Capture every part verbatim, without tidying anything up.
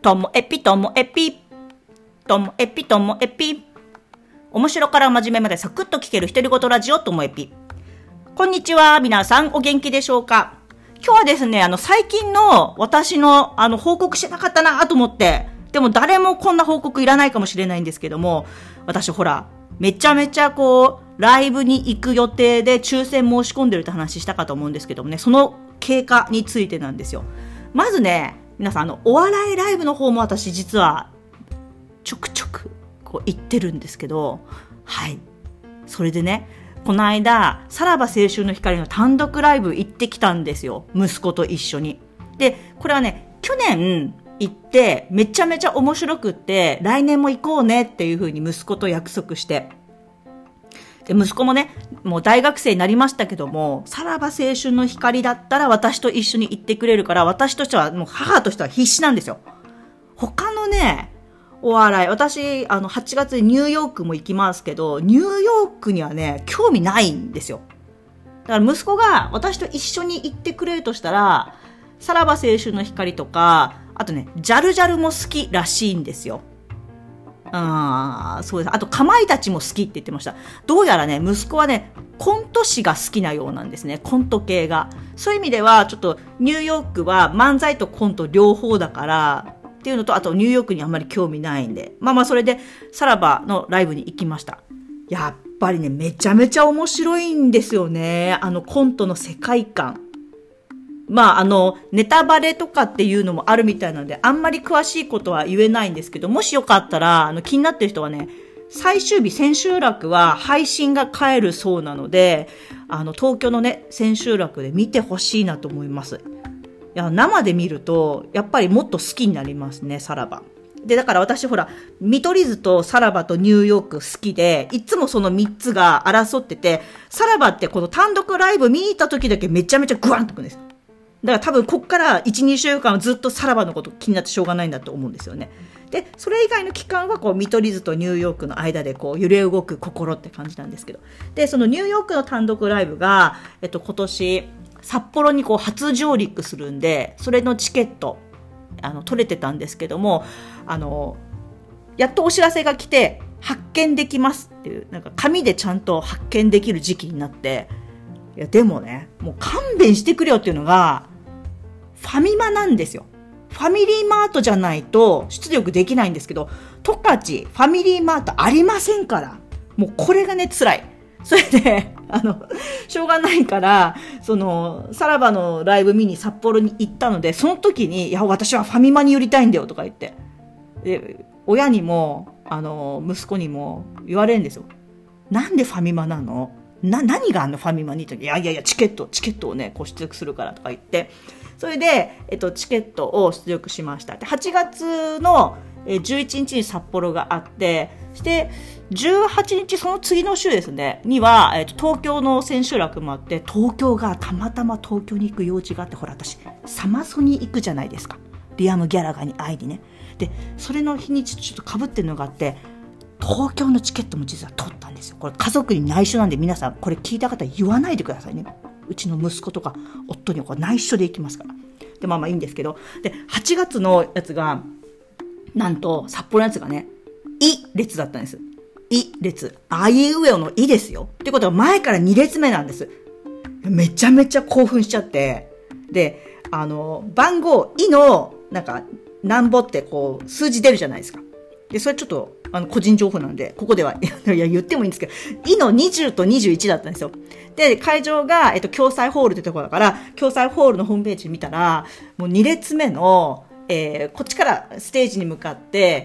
ともえぴともえぴ。ともえぴともえぴ。面白から真面目までサクッと聞ける独り言ラジオともえぴ。こんにちは。皆さんお元気でしょうか？今日はですね、あの最近の私のあの報告してなかったなと思って、でも誰もこんな報告いらないかもしれないんですけども、私ほら、めちゃめちゃこう、ライブに行く予定で抽選申し込んでるって話したかと思うんですけどもね、その経過についてなんですよ。まずね、皆さんあの、お笑いライブの方も私実はちょくちょくこう行ってるんですけど、はい。それでね、この間、さらば青春の光の単独ライブ行ってきたんですよ。息子と一緒に。で、これはね、去年行ってめちゃめちゃ面白くって、来年も行こうねっていう風に息子と約束して。で、息子もね、もう大学生になりましたけども、さらば青春の光だったら私と一緒に行ってくれるから、私としては、もう母としては必死なんですよ。他のね、お笑い、私、あの、はちがつにニューヨークも行きますけど、ニューヨークにはね、興味ないんですよ。だから息子が私と一緒に行ってくれるとしたら、さらば青春の光とか、あとね、ジャルジャルも好きらしいんですよ。ああ、そうです。あと、かまいたちも好きって言ってました。どうやらね、息子はね、コント師が好きなようなんですね。コント系が。そういう意味では、ちょっと、ニューヨークは漫才とコント両方だから、っていうのと、あと、ニューヨークにあんまり興味ないんで。まあまあ、それで、さらばのライブに行きました。やっぱりね、めちゃめちゃ面白いんですよね。あの、コントの世界観。まあ、あの、ネタバレとかっていうのもあるみたいなので、あんまり詳しいことは言えないんですけど、もしよかったら、あの、気になってる人はね、最終日、千秋楽は配信が帰るそうなので、あの、東京のね、千秋楽で見てほしいなと思います。いや、生で見ると、やっぱりもっと好きになりますね、さらば。で、だから私ほら、見取り図とさらばとニューヨーク好きで、いつもそのみっつが争ってて、さらばってこの単独ライブ見に行った時だけめちゃめちゃグワンとくるんですよ。だから多分こっからいち、にしゅうかんはずっとさらばのこと気になってしょうがないんだと思うんですよね。で、それ以外の期間はこう見取り図とニューヨークの間でこう揺れ動く心って感じなんですけど。で、そのニューヨークの単独ライブが、えっと今年札幌にこう初上陸するんで、それのチケット、あの、取れてたんですけども、あの、やっとお知らせが来て発券できますっていう、なんか紙でちゃんと発券できる時期になって、いや、でもね、もう勘弁してくれよっていうのが、ファミマなんですよ。ファミリーマートじゃないと出力できないんですけど、十勝ファミリーマートありませんから。もうこれがね、辛い。それで、あの、しょうがないから、その、さらばのライブ見に札幌に行ったので、その時に、いや、私はファミマに寄りたいんだよとか言って。で、親にも、あの、息子にも言われるんですよ。なんでファミマなの？な、何があんのファミマにって。いやいやいや、チケット、チケットをね、こう出力するからとか言って。それで、えっと、チケットを出力しました。で、はちがつのじゅういちにちに札幌があって、そして、じゅうはちにち、その次の週ですね、には、えっと、東京の千秋楽もあって、東京がたまたま東京に行く用事があって、ほら、私、サマソに行くじゃないですか。リアム・ギャラガーに会いにね。で、それの日にちちょっと被ってるのがあって、東京のチケットも実は取ったんですよ。これ家族に内緒なんで皆さん、これ聞いた方言わないでくださいね。うちの息子とか夫にこれ内緒で行きますから。で、まあまあいいんですけど。で、はちがつのやつが、なんと、札幌のやつがね、い列だったんです。い列。あいうえおのいですよ。ってことは前からに列目なんです。めちゃめちゃ興奮しちゃって。で、あの、番号、いの、なんか、なんぼってこう、数字出るじゃないですか。で、それちょっと、あの、個人情報なんで、ここでは、いや、言ってもいいんですけど、いのにじゅうとにじゅういちだったんですよ。で、会場が、えっと、共済ホールってところだから、共済ホールのホームページ見たら、もうに列目の、えー、こっちからステージに向かって、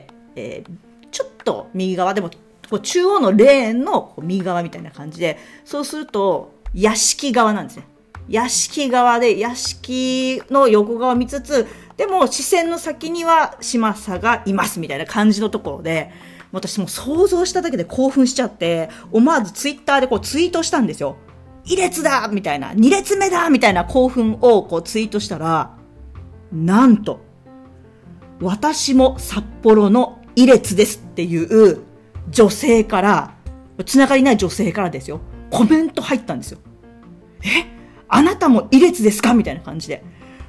えー、ちょっと右側でも、こう中央のレーンの右側みたいな感じで、そうすると、屋敷側なんですね。屋敷側で、屋敷の横側見つつ、でも視線の先には嶋佐がいますみたいな感じのところで、私も想像しただけで興奮しちゃって、思わずツイッターでこうツイートしたんですよ。一列だみたいな、二列目だみたいな興奮をこうツイートしたら、なんと、私も札幌の一列ですっていう女性から、つながりない女性からですよ、コメント入ったんですよ。え、あなたも一列ですかみたいな感じで。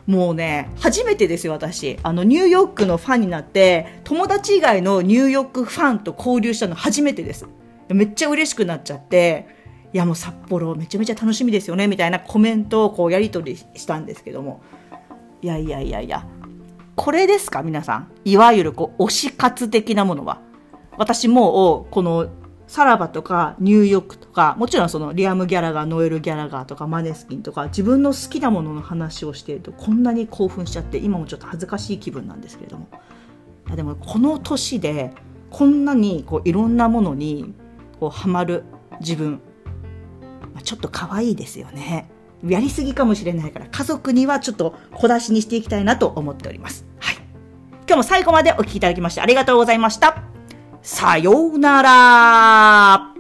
もうね、初めてですよ、私。あの、ニューヨークのファンになって、友達以外のニューヨークファンと交流したの初めてです。めっちゃ嬉しくなっちゃって、いやもう札幌めちゃめちゃ楽しみですよね、みたいなコメントをこうやり取りしたんですけども。いやいやいやいや、これですか、皆さん。いわゆるこう、推し活的なものは。私もう、この、さらばとかニューヨークとか、もちろんそのリアム・ギャラガー、ノエル・ギャラガーとかマネスキンとか、自分の好きなものの話をしているとこんなに興奮しちゃって、今もちょっと恥ずかしい気分なんですけれども。いやでもこの年でこんなにこういろんなものにこうハマる自分、ちょっと可愛いですよね。やりすぎかもしれないから、家族にはちょっと小出しにしていきたいなと思っております。はい。今日も最後までお聞きいただきましてありがとうございました。さようなら。